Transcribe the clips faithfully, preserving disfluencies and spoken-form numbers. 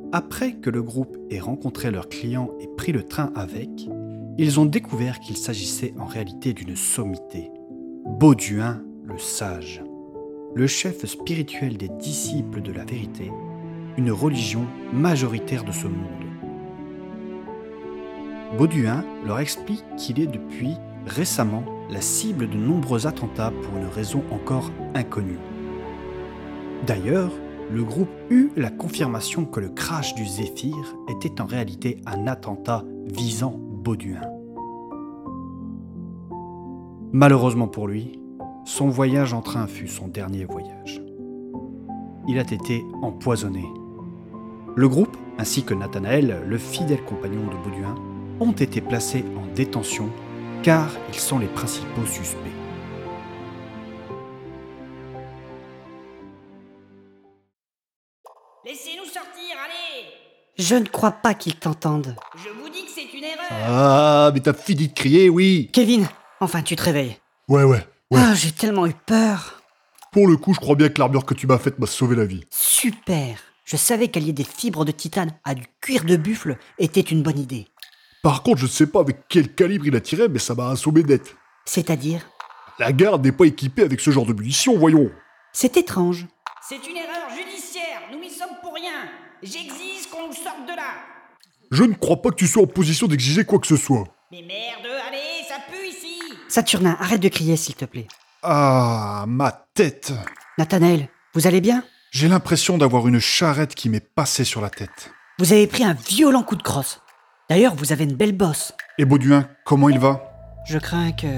Après que le groupe ait rencontré leurs clients et pris le train avec, ils ont découvert qu'il s'agissait en réalité d'une sommité. Bauduin le sage, le chef spirituel des disciples de la vérité, une religion majoritaire de ce monde. Bauduin leur explique qu'il est depuis récemment la cible de nombreux attentats pour une raison encore inconnue. D'ailleurs, le groupe eut la confirmation que le crash du Zéphyr était en réalité un attentat visant Bauduin. Malheureusement pour lui, son voyage en train fut son dernier voyage. Il a été empoisonné. Le groupe, ainsi que Nathanaël, le fidèle compagnon de Bauduin, ont été placés en détention car ils sont les principaux suspects. Laissez-nous sortir, allez! Je ne crois pas qu'ils t'entendent. Je vous dis que c'est une erreur! Ah, mais t'as fini de crier, oui. Kevin, enfin tu te réveilles. Ouais, ouais, ouais. Ah, j'ai tellement eu peur. Pour le coup, je crois bien que l'armure que tu m'as faite m'a sauvé la vie. Super. Je savais qu'allier des fibres de titane à du cuir de buffle était une bonne idée. Par contre, je ne sais pas avec quel calibre il a tiré, mais ça m'a assommé net. C'est-à-dire? La garde n'est pas équipée avec ce genre de munitions, voyons. C'est étrange. C'est une erreur judiciaire, nous y sommes pour rien. J'exige qu'on nous sorte de là. Je ne crois pas que tu sois en position d'exiger quoi que ce soit. Mais merde, allez, ça pue ici! Saturnin, arrête de crier s'il te plaît. Ah, ma tête. Nathanaël, vous allez bien? J'ai l'impression d'avoir une charrette qui m'est passée sur la tête. Vous avez pris un violent coup de crosse. D'ailleurs, vous avez une belle bosse. Et Bauduin, comment il va? Je crains que...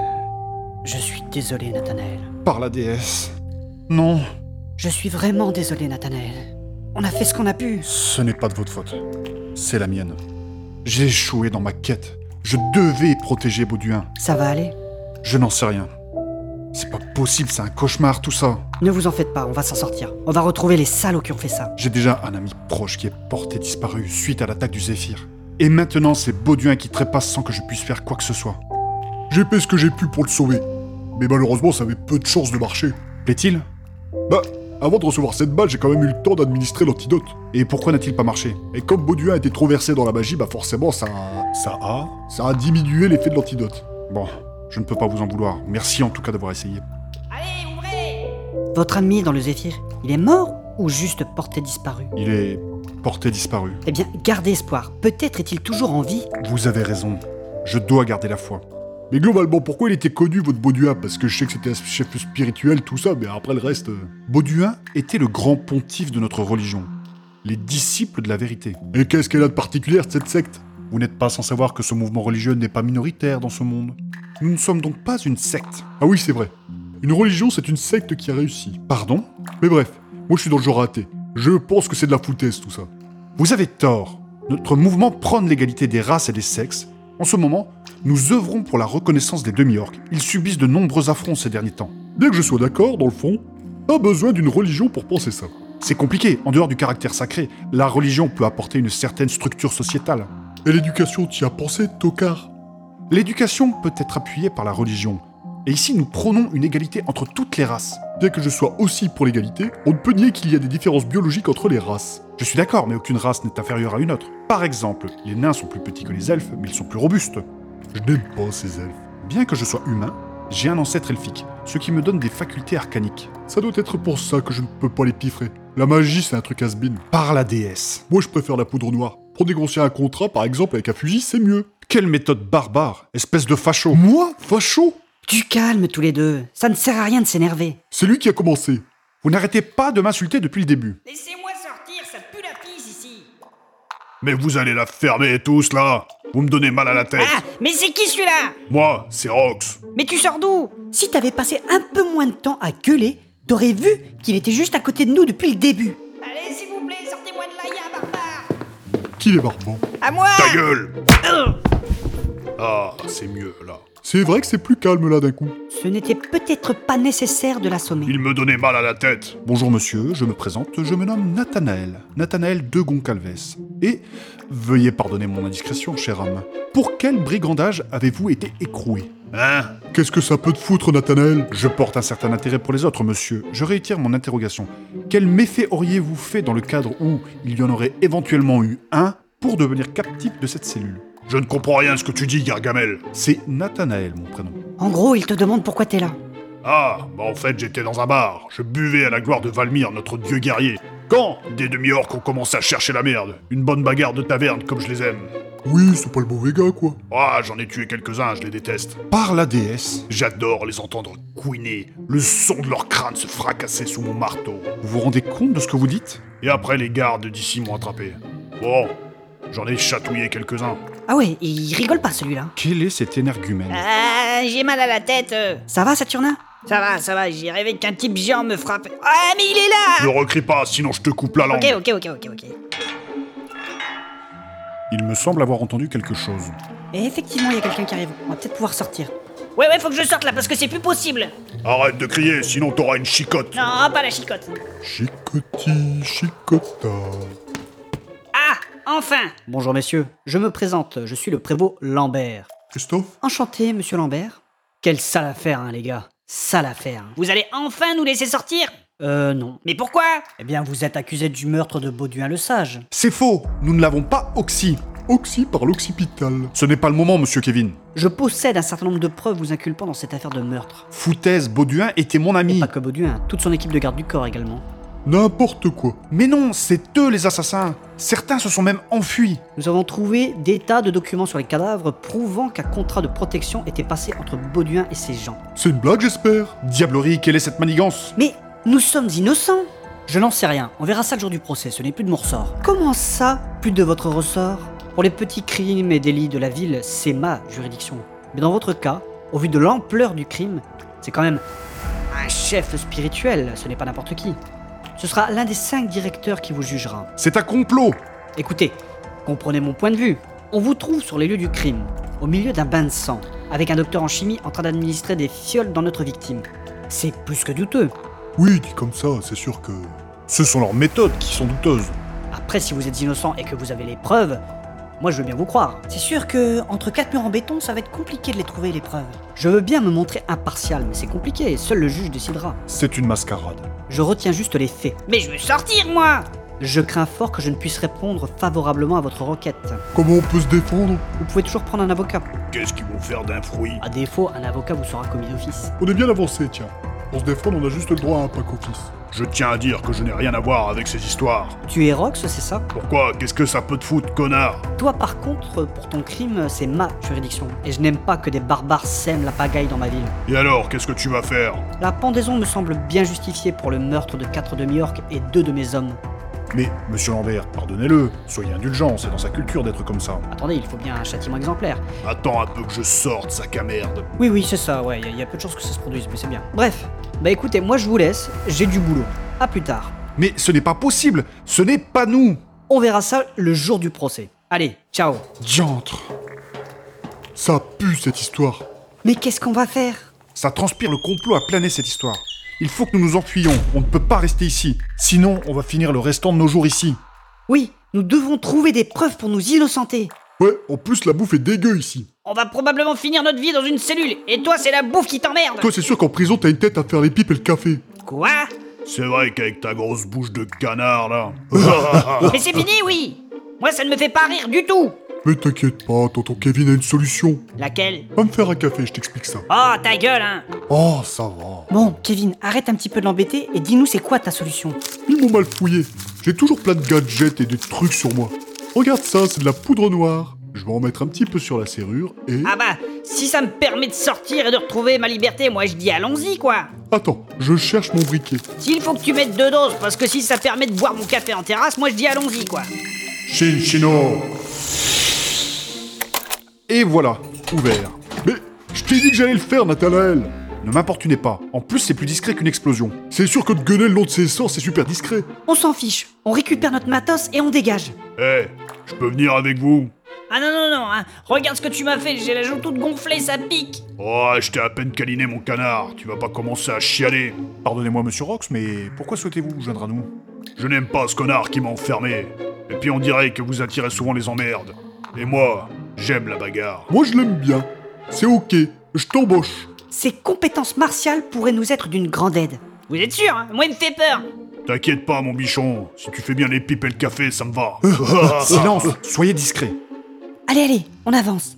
Je suis désolé, Nathanaël. Par la déesse. Non. Je suis vraiment désolé, Nathanaël. On a fait ce qu'on a pu. Ce n'est pas de votre faute. C'est la mienne. J'ai échoué dans ma quête. Je devais protéger Bauduin. Ça va aller? Je n'en sais rien. C'est pas possible, c'est un cauchemar tout ça. Ne vous en faites pas, on va s'en sortir. On va retrouver les salauds qui ont fait ça. J'ai déjà un ami proche qui est porté disparu suite à l'attaque du Zéphyr. Et maintenant, c'est Bauduin qui trépasse sans que je puisse faire quoi que ce soit. J'ai fait ce que j'ai pu pour le sauver. Mais malheureusement, ça avait peu de chances de marcher. Plaît-il? Bah, avant de recevoir cette balle, j'ai quand même eu le temps d'administrer l'antidote. Et pourquoi n'a-t-il pas marché? Et comme Bauduin a été trop versé dans la magie, bah forcément, ça a... Ça a... Ça a diminué l'effet de l'antidote. Bon, je ne peux pas vous en vouloir. Merci en tout cas d'avoir essayé. Allez, ouvrez! Votre ami dans le Zéphyr, il est mort ou juste porté disparu? Il est... porté disparu. Eh bien, gardez espoir. Peut-être est-il toujours en vie. Vous avez raison. Je dois garder la foi. Mais globalement, pourquoi il était connu, votre Bauduin? Parce que je sais que c'était un chef spirituel, tout ça, mais après le reste... euh, Bauduin était le grand pontife de notre religion. Les disciples de la vérité. Et qu'est-ce qu'elle a de particulier, cette secte? Vous n'êtes pas sans savoir que ce mouvement religieux n'est pas minoritaire dans ce monde. Nous ne sommes donc pas une secte. Ah oui, c'est vrai. Une religion, c'est une secte qui a réussi. Pardon? Mais bref, moi je suis dans le genre athée. Je pense que c'est de la foutaise, tout ça. Vous avez tort. Notre mouvement prône l'égalité des races et des sexes. En ce moment, nous œuvrons pour la reconnaissance des demi-orques. Ils subissent de nombreux affronts ces derniers temps. Bien que je sois d'accord, dans le fond, pas besoin d'une religion pour penser ça. C'est compliqué, en dehors du caractère sacré, la religion peut apporter une certaine structure sociétale. Et l'éducation, t'y as pensé, tocard? L'éducation peut être appuyée par la religion. Et ici, nous prônons une égalité entre toutes les races. Bien que je sois aussi pour l'égalité, on ne peut nier qu'il y a des différences biologiques entre les races. Je suis d'accord, mais aucune race n'est inférieure à une autre. Par exemple, les nains sont plus petits que les elfes, mais ils sont plus robustes. Je n'aime pas ces elfes. Bien que je sois humain, j'ai un ancêtre elfique, ce qui me donne des facultés arcaniques. Ça doit être pour ça que je ne peux pas les piffrer. La magie, c'est un truc has-been. Par la déesse. Moi, je préfère la poudre noire. Pour négocier un contrat, par exemple, avec un fusil, c'est mieux. Quelle méthode barbare, espèce de facho. Moi? Facho? Du calme tous les deux. Ça ne sert à rien de s'énerver. C'est lui qui a commencé. Vous n'arrêtez pas de m'insulter depuis le début. Laissez-moi sortir, ça pue la pisse ici! Mais vous allez la fermer tous, là. Vous me donnez mal à la tête. Ah, mais c'est qui celui-là? Moi, c'est Rox. Mais tu sors d'où? Si t'avais passé un peu moins de temps à gueuler, t'aurais vu qu'il était juste à côté de nous depuis le début. Allez, s'il vous plaît, sortez-moi de là, y'a un barbare! Qui est barbant? À moi! Ta gueule! Ah, c'est mieux, là. C'est vrai que c'est plus calme, là, d'un coup. Ce n'était peut-être pas nécessaire de l'assommer. Il me donnait mal à la tête. Bonjour monsieur, je me présente, je me nomme Nathanaël. Nathanaël de Goncalves. Et, veuillez pardonner mon indiscrétion, cher homme, pour quel brigandage avez-vous été écroué? Hein? Qu'est-ce que ça peut te foutre, Nathanaël? Je porte un certain intérêt pour les autres, monsieur. Je réitère mon interrogation. Quel méfait auriez-vous fait dans le cadre où il y en aurait éventuellement eu un pour devenir captif de cette cellule? Je ne comprends rien à ce que tu dis, Gargamel. C'est Nathanaël, mon prénom. En gros, il te demande pourquoi t'es là. Ah, bah en fait, j'étais dans un bar. Je buvais à la gloire de Valmir, notre dieu guerrier. Quand des demi-orques ont commencé à chercher la merde. Une bonne bagarre de taverne, comme je les aime. Oui, c'est pas le mauvais gars, quoi. Ah, j'en ai tué quelques-uns, je les déteste. Par la déesse, J'adore les entendre couiner, le son de leur crâne se fracasser sous mon marteau. vous vous rendez compte de ce que vous dites? Et après, les gardes d'ici m'ont attrapé. Bon, j'en ai chatouillé quelques-uns. Ah ouais, il rigole pas celui-là. Quel est cet énergumène? Ah, j'ai mal à la tête. euh. Ça va, Saturnin? Ça va, ça va, j'ai rêvé qu'un type géant me frappe. Ah, mais il est Ne là! recrie pas, sinon je te coupe la langue. Ok, ok, ok, ok, ok. Il me semble avoir entendu quelque chose. Et effectivement, il y a quelqu'un qui arrive. On va peut-être pouvoir sortir. Ouais, ouais, faut que je sorte là parce que c'est plus possible. Arrête de crier, sinon t'auras une chicotte. Non, pas la chicotte. Chicotti, chicota. Ah, enfin! Bonjour messieurs, je me présente, je suis le prévôt Lambert. Christophe? Enchanté, monsieur Lambert. Quelle sale affaire, hein, les gars. Sale affaire. Vous allez enfin nous laisser sortir? Euh, non. Mais pourquoi? Eh bien, vous êtes accusé du meurtre de Bauduin le Sage. C'est faux! Nous ne l'avons pas oxy. Oxy par l'occipital. Ce n'est pas le moment, monsieur Kevin. Je possède un certain nombre de preuves vous inculpant dans cette affaire de meurtre. Foutaise, Bauduin était mon ami. Pas que Bauduin, toute son équipe de garde du corps également. N'importe quoi. Mais non, c'est eux les assassins. Certains se sont même enfuis. Nous avons trouvé des tas de documents sur les cadavres prouvant qu'un contrat de protection était passé entre Bauduin et ses gens. C'est une blague, j'espère. Diablerie, quelle est cette manigance? Mais nous sommes innocents. Je n'en sais rien, on verra ça le jour du procès, ce n'est plus de mon ressort. Comment ça, plus de votre ressort? Pour les petits crimes et délits de la ville, c'est ma juridiction. Mais dans votre cas, au vu de l'ampleur du crime, c'est quand même un chef spirituel, ce n'est pas n'importe qui. Ce sera l'un des cinq directeurs qui vous jugera. C'est un complot. Écoutez, comprenez mon point de vue. On vous trouve sur les lieux du crime, au milieu d'un bain de sang, avec un docteur en chimie en train d'administrer des fioles dans notre victime. C'est plus que douteux. Oui, dit comme ça, c'est sûr que... Ce sont leurs méthodes qui sont douteuses. Après, si vous êtes innocent et que vous avez les preuves, moi je veux bien vous croire. C'est sûr que entre quatre murs en béton, ça va être compliqué de les trouver, les preuves. Je veux bien me montrer impartial, mais c'est compliqué, seul le juge décidera. C'est une mascarade. Je retiens juste les faits. Mais je veux sortir, moi! Je crains fort que je ne puisse répondre favorablement à votre requête. Comment on peut se défendre? Vous pouvez toujours prendre un avocat. Qu'est-ce qu'ils vont faire d'un fruit? À défaut, un avocat vous sera commis d'office. On est bien avancé, tiens. Pour se défendre, on a juste le droit à un pack office. Je tiens à dire que je n'ai rien à voir avec ces histoires. Tu es Rox, c'est ça? Pourquoi? Qu'est-ce que ça peut te foutre, connard? Toi par contre, pour ton crime, c'est ma juridiction. Et je n'aime pas que des barbares sèment la pagaille dans ma ville. Et alors, qu'est-ce que tu vas faire? La pendaison me semble bien justifiée pour le meurtre de quatre demi-orques et deux de mes hommes. Mais, monsieur Lambert, pardonnez-le. Soyez indulgent, c'est dans sa culture d'être comme ça. Attendez, il faut bien un châtiment exemplaire. Attends un peu que je sorte, sac à merde. Oui, oui, c'est ça, ouais, il y, y a peu de chances que ça se produise, mais c'est bien. Bref, bah écoutez, moi je vous laisse, j'ai du boulot. À plus tard. Mais ce n'est pas possible. Ce n'est pas nous. On verra ça le jour du procès. Allez, ciao. Diantre. Ça pue, cette histoire. Mais qu'est-ce qu'on va faire? Ça transpire, le complot a plané cette histoire. Il faut que nous nous enfuyions. On ne peut pas rester ici. Sinon, on va finir le restant de nos jours ici. Oui, nous devons trouver des preuves pour nous innocenter. Ouais, en plus, la bouffe est dégueu ici. On va probablement finir notre vie dans une cellule, et toi, c'est la bouffe qui t'emmerde! Toi, c'est sûr qu'en prison, t'as une tête à faire les pipes et le café. Quoi? C'est vrai qu'avec ta grosse bouche de canard, là... Mais c'est fini, oui! Moi, ça ne me fait pas rire du tout! Mais t'inquiète pas, tonton Kevin a une solution. Laquelle? Va me faire un café, je t'explique ça. Oh, ta gueule, hein! Oh, ça va. Bon, Kevin, arrête un petit peu de l'embêter et dis-nous c'est quoi ta solution. Ils m'ont mal fouillé. J'ai toujours plein de gadgets et des trucs sur moi. Regarde ça, c'est de la poudre noire. Je vais en mettre un petit peu sur la serrure et... Ah bah, si ça me permet de sortir et de retrouver ma liberté, moi je dis allons-y, quoi! Attends, je cherche mon briquet. S'il faut que tu mettes deux doses, parce que si ça permet de boire mon café en terrasse, moi je dis allons-y, quoi! Chin Chino. Et voilà, ouvert. Mais je t'ai dit que j'allais le faire, Nathanaël. Ne m'importunez pas. En plus, c'est plus discret qu'une explosion. C'est sûr que de gueuler le long de ses sorts, c'est super discret. On s'en fiche, on récupère notre matos et on dégage. Eh, je peux venir avec vous? Ah non, non, non, hein. Regarde ce que tu m'as fait, j'ai la joue toute gonflée, ça pique! Oh, je t'ai à peine câliné, mon canard. Tu vas pas commencer à chialer. Pardonnez-moi, monsieur Rox, mais pourquoi souhaitez-vous vous joindre à nous? Je n'aime pas ce connard qui m'a enfermé. Et puis on dirait que vous attirez souvent les emmerdes. Et moi, j'aime la bagarre. Moi, je l'aime bien. C'est ok. Je t'embauche. Ces compétences martiales pourraient nous être d'une grande aide. Vous êtes sûr hein? Moi, il me fait peur. T'inquiète pas, mon bichon. Si tu fais bien les pipes et le café, ça me va. Silence, soyez discret. Allez, allez, on avance.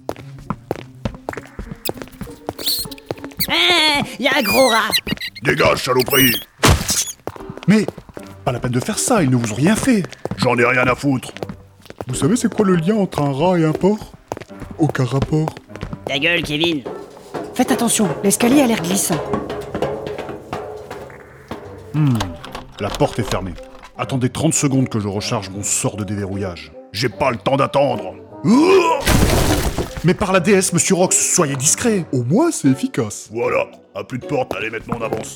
Ah, y a un gros rat. Dégage, saloperie. Mais, pas la peine de faire ça, ils ne vous ont rien fait. J'en ai rien à foutre. Vous savez c'est quoi le lien entre un rat et un porc? Aucun rapport. Ta gueule, Kevin. Faites attention, l'escalier a l'air glissant. La porte est fermée. Attendez trente secondes que je recharge mon sort de déverrouillage. J'ai pas le temps d'attendre. Mais par la déesse, monsieur Rox, soyez discret. Au moins c'est efficace. Voilà, à plus de porte, allez maintenant on avance.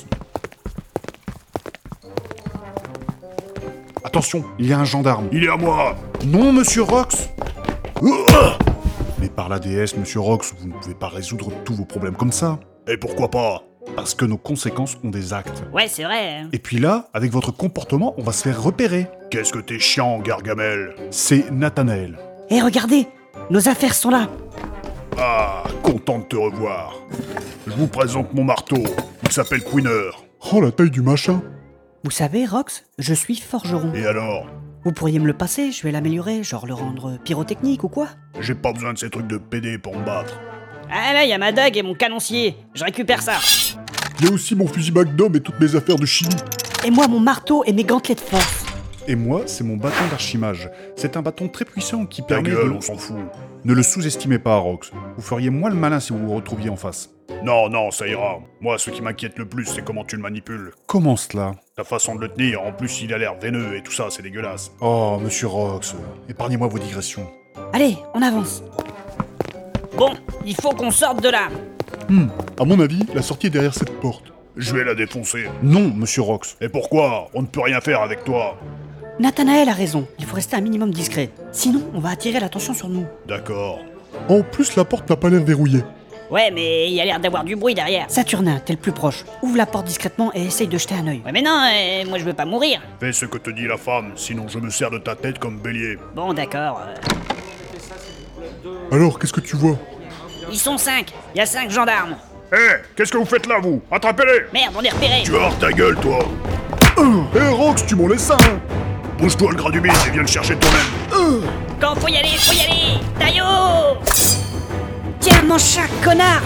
Attention, il y a un gendarme. Il est à moi. Non, monsieur Rox. Mais par la déesse, monsieur Rox, vous ne pouvez pas résoudre tous vos problèmes comme ça. Et pourquoi pas? Parce que nos conséquences ont des actes. Ouais, c'est vrai. hein. Et puis là, avec votre comportement, on va se faire repérer. Qu'est-ce que t'es chiant, Gargamel. C'est Nathanaël. Et regardez, nos affaires sont là. Ah, content de te revoir. Je vous présente mon marteau. Il s'appelle Queener. Oh la taille du machin. Vous savez, Rox, je suis forgeron. Et alors? Vous pourriez me le passer, je vais l'améliorer, genre le rendre pyrotechnique ou quoi? J'ai pas besoin de ces trucs de P D pour me battre. Ah là, y a ma dague et mon canoncier. Je récupère ça. Il y a aussi mon fusil Magnum et toutes mes affaires de chimie. Et moi mon marteau et mes gantelets de force. Et moi, c'est mon bâton d'archimage. C'est un bâton très puissant qui Ta permet gueule, de... on s'en fout. Ne le sous-estimez pas, Rox. Vous feriez moins le malin si vous vous retrouviez en face. Non, non, ça ira. Moi, ce qui m'inquiète le plus, c'est comment tu le manipules. Comment cela? Ta façon de le tenir, en plus, il a l'air veineux et tout ça, c'est dégueulasse. Oh, monsieur Rox, épargnez-moi vos digressions. Allez, on avance. Bon, il faut qu'on sorte de là. À mon avis, la sortie est derrière cette porte. Je vais la défoncer. Non, monsieur Rox. Et pourquoi? On ne peut rien faire avec toi. Nathanaël a raison, il faut rester un minimum discret. Sinon, on va attirer l'attention sur nous. D'accord. En plus, la porte n'a pas l'air verrouillée. Ouais, mais il y a l'air d'avoir du bruit derrière. Saturnin, t'es le plus proche. Ouvre la porte discrètement et essaye de jeter un œil. Ouais, mais non, euh, moi je veux pas mourir. Fais ce que te dit la femme, sinon je me sers de ta tête comme bélier. Bon, d'accord. euh, Alors, qu'est-ce que tu vois? Ils sont cinq. Il y a cinq gendarmes. Hé, qu'est-ce que vous faites là, vous? Attrapez-les! Merde, on est repérés. Tu vas avoir ta gueule, toi! Hé Rox, tu m'en laisses un. Bouge-toi le gras du bide et viens le chercher toi-même. Quand faut y aller, faut y aller. Taillot. Tiens, mange ça, connard!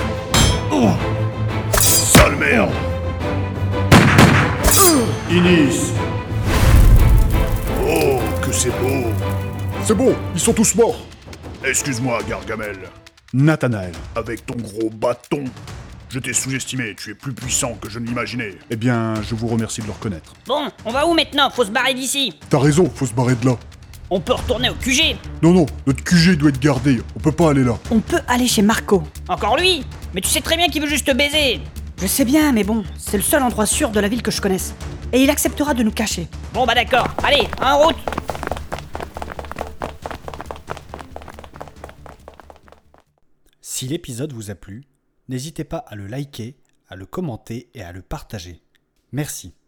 Sale merde! Inis. Oh, que c'est beau! C'est bon, ils sont tous morts. Excuse-moi, Gargamel. Nathanaël. Avec ton gros bâton, je t'ai sous-estimé, tu es plus puissant que je ne l'imaginais. Eh bien, je vous remercie de le reconnaître. Bon, on va où maintenant? Faut se barrer d'ici. T'as raison, faut se barrer de là. On peut retourner au Q G. Non, non, notre Q G doit être gardé, on peut pas aller là. On peut aller chez Marco. Encore lui? Mais tu sais très bien qu'il veut juste te baiser. Je sais bien, mais bon, c'est le seul endroit sûr de la ville que je connaisse. Et il acceptera de nous cacher. Bon bah d'accord. Allez, en route. Si l'épisode vous a plu, n'hésitez pas à le liker, à le commenter et à le partager. Merci.